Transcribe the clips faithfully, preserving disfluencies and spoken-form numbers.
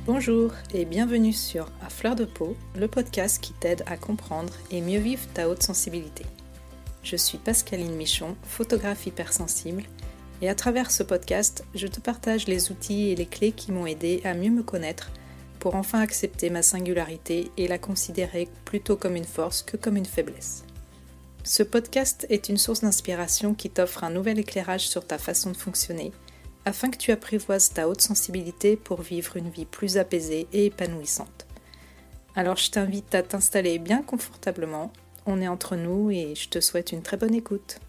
Bonjour et bienvenue sur À Fleur de Peau, le podcast qui t'aide à comprendre et mieux vivre ta haute sensibilité. Je suis Pascaline Michon, photographe hypersensible, et à travers ce podcast, je te partage les outils et les clés qui m'ont aidé à mieux me connaître pour enfin accepter ma singularité et la considérer plutôt comme une force que comme une faiblesse. Ce podcast est une source d'inspiration qui t'offre un nouvel éclairage sur ta façon de fonctionner, afin que tu apprivoises ta haute sensibilité pour vivre une vie plus apaisée et épanouissante. Alors je t'invite à t'installer bien confortablement, on est entre nous et je te souhaite une très bonne écoute.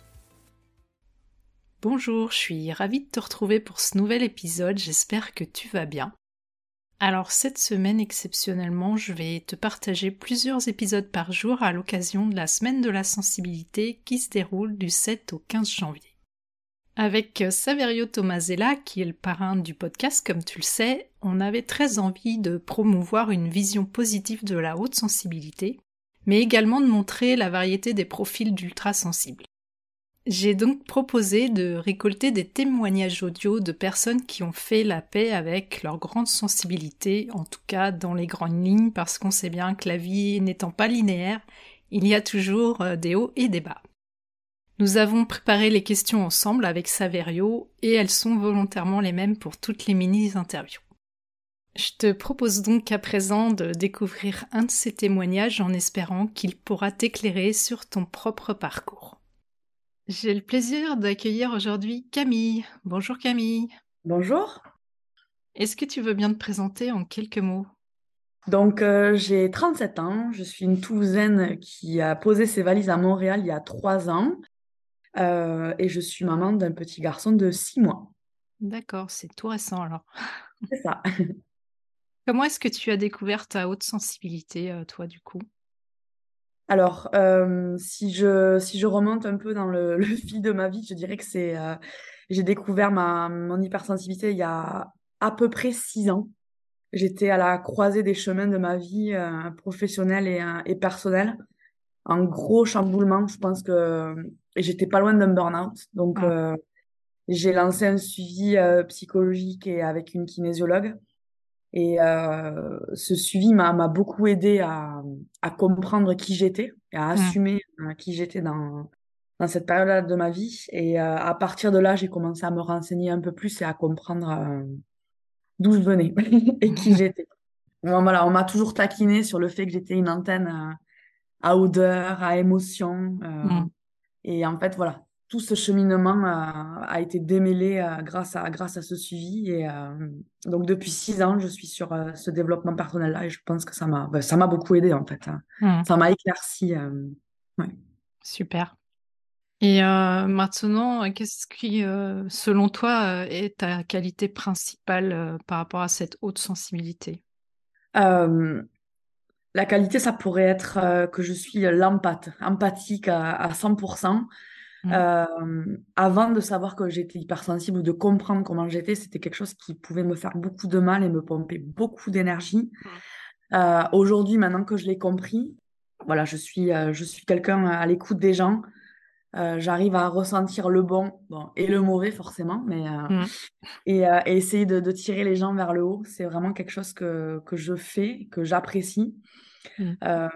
Bonjour, je suis ravie de te retrouver pour ce nouvel épisode, j'espère que tu vas bien. Alors cette semaine exceptionnellement, je vais te partager plusieurs épisodes par jour à l'occasion de la semaine de la sensibilité qui se déroule du sept au quinze janvier. Avec Saverio Tomasella, qui est le parrain du podcast, comme tu le sais, on avait très envie de promouvoir une vision positive de la haute sensibilité, mais également de montrer la variété des profils d'ultra-sensibles. J'ai donc proposé de récolter des témoignages audio de personnes qui ont fait la paix avec leur grande sensibilité, en tout cas dans les grandes lignes, parce qu'on sait bien que la vie n'étant pas linéaire, il y a toujours des hauts et des bas. Nous avons préparé les questions ensemble avec Saverio et elles sont volontairement les mêmes pour toutes les mini-interviews. Je te propose donc à présent de découvrir un de ces témoignages en espérant qu'il pourra t'éclairer sur ton propre parcours. J'ai le plaisir d'accueillir aujourd'hui Camille. Bonjour Camille. Bonjour. Est-ce que tu veux bien te présenter en quelques mots ? Donc, euh, j'ai trente-sept ans. Je suis une Toulousaine qui a posé ses valises à Montréal il y a trois ans. Euh, et je suis maman d'un petit garçon de six mois. D'accord, c'est tout récent alors. C'est ça. Comment est-ce que tu as découvert ta haute sensibilité, euh, toi, du coup ? Alors, euh, si je, si je remonte un peu dans le, le fil de ma vie, je dirais que c'est, euh, j'ai découvert ma, mon hypersensibilité il y a à peu près six ans. J'étais à la croisée des chemins de ma vie euh, professionnelle et, euh, et personnelle. Un gros chamboulement, je pense que et j'étais pas loin d'un burn-out. Donc, Ah, euh, j'ai lancé un suivi euh, psychologique et avec une kinésiologue. Et euh, ce suivi m'a m'a beaucoup aidé à, à comprendre qui j'étais et à hum, assumer euh, qui j'étais dans, dans cette période-là de ma vie. Et euh, à partir de là, j'ai commencé à me renseigner un peu plus et à comprendre euh, d'où je venais et qui j'étais. Bon, voilà, on m'a toujours taquiné sur le fait que j'étais une antenne euh, à odeur, à émotion. euh, hum. et en fait, voilà, tout ce cheminement a, a été démêlé euh, grâce à, grâce à ce suivi. Et euh, donc, depuis six ans, je suis sur euh, ce développement personnel-là et je pense que ça m'a, ben, ça m'a beaucoup aidé, en fait, hein. Hum. Ça m'a éclairci. euh, ouais. Super. Et euh, maintenant, qu'est-ce qui, euh, selon toi, euh, est ta qualité principale euh, par rapport à cette haute sensibilité ? Euh, la qualité, ça pourrait être euh, que je suis l'empathe, empathique à, à cent pour cent. Mm. Euh, Avant de savoir que j'étais hypersensible ou de comprendre comment j'étais, c'était quelque chose qui pouvait me faire beaucoup de mal et me pomper beaucoup d'énergie. Mm. Euh, aujourd'hui, maintenant que je l'ai compris, voilà, je suis, euh, je suis quelqu'un à l'écoute des gens. Euh, j'arrive à ressentir le bon, bon et le mauvais forcément, mais euh, Mm. et, euh, et essayer de, de tirer les gens vers le haut, c'est vraiment quelque chose que, que je fais, que j'apprécie. Mm. Euh,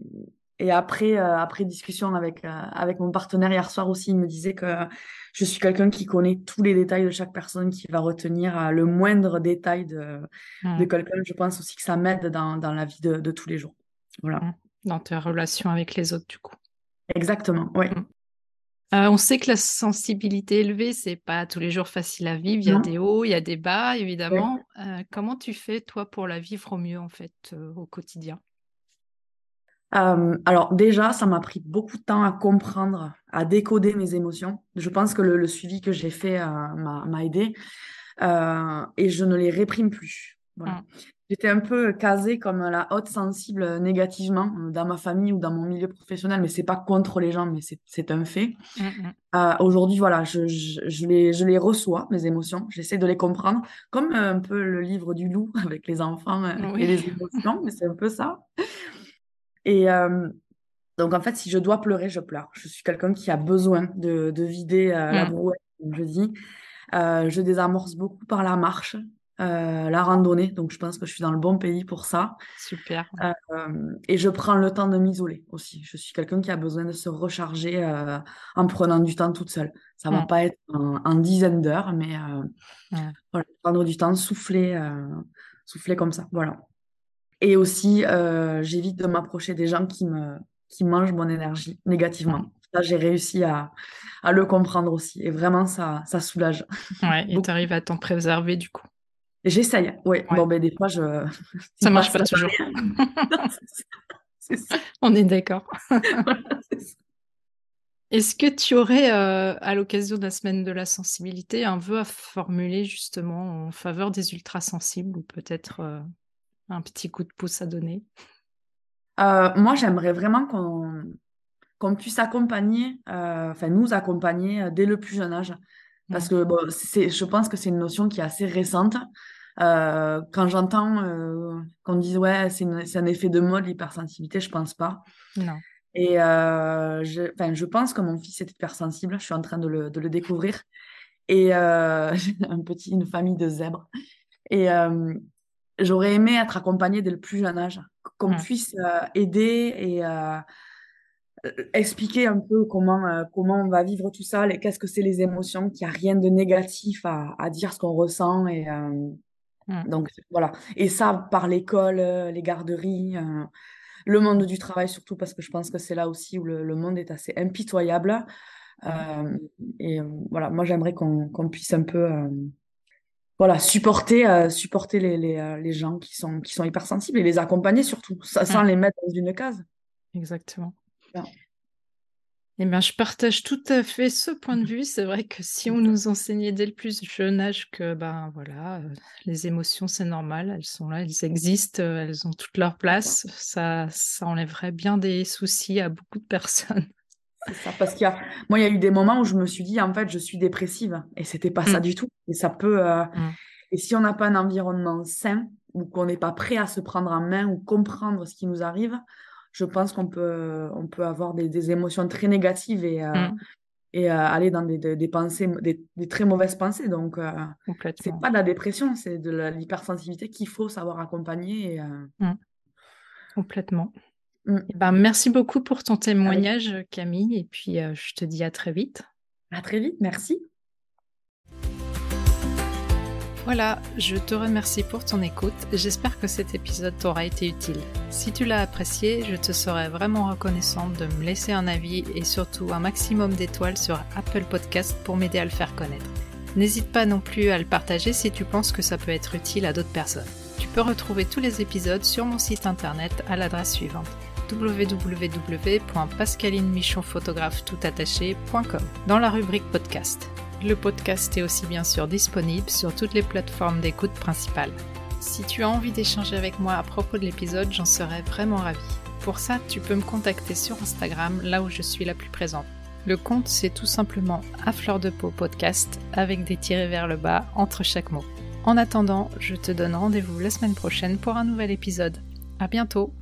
et après, euh, après discussion avec, euh, avec mon partenaire hier soir aussi, il me disait que je suis quelqu'un qui connaît tous les détails de chaque personne, qui va retenir euh, le moindre détail de, de Mm. quelqu'un. Je pense aussi que ça m'aide dans, dans la vie de, de tous les jours. Voilà. Mm. Dans tes relations avec les autres, du coup. Exactement, oui. Mm. Euh, on sait que la sensibilité élevée, c'est pas tous les jours facile à vivre. Il y a Non? des hauts, il y a des bas, Oui. évidemment. Euh, comment tu fais, toi, pour la vivre au mieux, en fait, euh, au quotidien ? Euh, alors déjà, ça m'a pris beaucoup de temps à comprendre, à décoder mes émotions. Je pense que le, le suivi que j'ai fait euh, m'a, m'a aidé euh, et je ne les réprime plus. Voilà. Mm. J'étais un peu casée comme la haute sensible euh, négativement euh, dans ma famille ou dans mon milieu professionnel, mais c'est pas contre les gens, mais c'est, c'est un fait. Mm. Euh, aujourd'hui, voilà, je, je, je les, je les reçois, mes émotions. J'essaie de les comprendre, comme euh, un peu le livre du loup avec les enfants euh, Mm. et Oui. les émotions, mais c'est un peu ça. Et, euh, donc, en fait, si je dois pleurer, je pleure. Je suis quelqu'un qui a besoin de, de vider euh, la Mm. brouette, comme je dis. Euh, je désamorce beaucoup par la marche. euh, la randonnée. Donc, je pense que je suis dans le bon pays pour ça. Super. Euh, euh, et je prends le temps de m'isoler aussi. Je suis quelqu'un qui a besoin de se recharger euh, en prenant du temps toute seule. Ça va Mm. pas être en, en dizaines d'heures, mais euh, Mm. voilà, prendre du temps, souffler, euh, souffler comme ça. Voilà. Et aussi, euh, j'évite de m'approcher des gens qui me, qui mangent mon énergie Mm. négativement. Ça, j'ai réussi à, à le comprendre aussi. Et vraiment, ça, ça soulage Ouais, et beaucoup. t'arrives à t'en préserver du coup. J'essaye. Oui, Ouais, bon, ben, des fois, je... ça il marche passe pas la toujours. barrière. C'est ça. On est d'accord. Voilà, c'est ça. Est-ce que tu aurais, euh, à l'occasion de la semaine de la sensibilité, un vœu à formuler justement en faveur des ultrasensibles ou peut-être euh, un petit coup de pouce à donner? Euh, moi, j'aimerais vraiment qu'on qu'on puisse accompagner, euh, enfin nous accompagner euh, dès le plus jeune âge. Parce Mm. que bon, c'est, je pense que c'est une notion qui est assez récente. Euh, quand j'entends euh, qu'on dise ouais, c'est une- c'est un effet de mode, l'hypersensibilité, je pense pas. Non. Et euh, je, enfin, je pense que mon fils est hypersensible, je suis en train de le, de le découvrir. Et euh, j'ai un petit, une famille de zèbres. Et euh, j'aurais aimé être accompagnée dès le plus jeune âge, qu'on Mm. puisse euh, aider et euh, expliquer un peu comment, euh, comment on va vivre tout ça, les- qu'est-ce que c'est les émotions, qu'il n'y a rien de négatif à, à dire ce qu'on ressent. Et, euh, Mm. donc, voilà. Et ça, par l'école, euh, les garderies, euh, le monde du travail surtout, parce que je pense que c'est là aussi où le, le monde est assez impitoyable. Mm. Euh, et euh, voilà, moi, j'aimerais qu'on qu'on puisse un peu euh, voilà, supporter, euh, supporter les, les, euh, les gens qui sont, qui sont hypersensibles et les accompagner surtout, ça- sans Mm. les mettre dans une case. Exactement. Voilà. Eh bien, je partage tout à fait ce point de vue. C'est vrai que si on nous enseignait dès le plus jeune âge que ben voilà, euh, les émotions c'est normal, elles sont là, elles existent, euh, elles ont toute leur place, ça, ça enlèverait bien des soucis à beaucoup de personnes. C'est ça, parce qu'il y a, moi, il y a eu des moments où je me suis dit, en fait, je suis dépressive, et c'était pas ça Mm, du tout. Et ça peut, euh, mm, et si on n'a pas un environnement sain, ou qu'on n'est pas prêt à se prendre en main, ou comprendre ce qui nous arrive, je pense qu'on peut, on peut avoir des, des émotions très négatives et, euh, mm, et euh, aller dans des, des, des pensées, des, des très mauvaises pensées. Donc, euh, c'est complètement. pas de la dépression, c'est de la- l'hypersensibilité qu'il faut savoir accompagner. Et, euh, Mm, complètement. mm. Eh ben, merci beaucoup pour ton Avec... témoignage, Camille, et puis euh, je te dis à très vite. À très vite, merci. Voilà, je te remercie pour ton écoute. J'espère que cet épisode t'aura été utile. Si tu l'as apprécié, je te serais vraiment reconnaissante de me laisser un avis et surtout un maximum d'étoiles sur Apple Podcast pour m'aider à le faire connaître. N'hésite pas non plus à le partager si tu penses que ça peut être utile à d'autres personnes. Tu peux retrouver tous les épisodes sur mon site internet à l'adresse suivante w w w point pascaline michon photographe tout attaché point com dans la rubrique podcast. Le podcast est aussi bien sûr disponible sur toutes les plateformes d'écoute principales. Si tu as envie d'échanger avec moi à propos de l'épisode, j'en serais vraiment ravie. Pour ça, tu peux me contacter sur Instagram, là où je suis la plus présente. Le compte, c'est tout simplement à fleur de peau podcast, avec des tirés vers le bas entre chaque mot. En attendant, je te donne rendez-vous la semaine prochaine pour un nouvel épisode. À bientôt!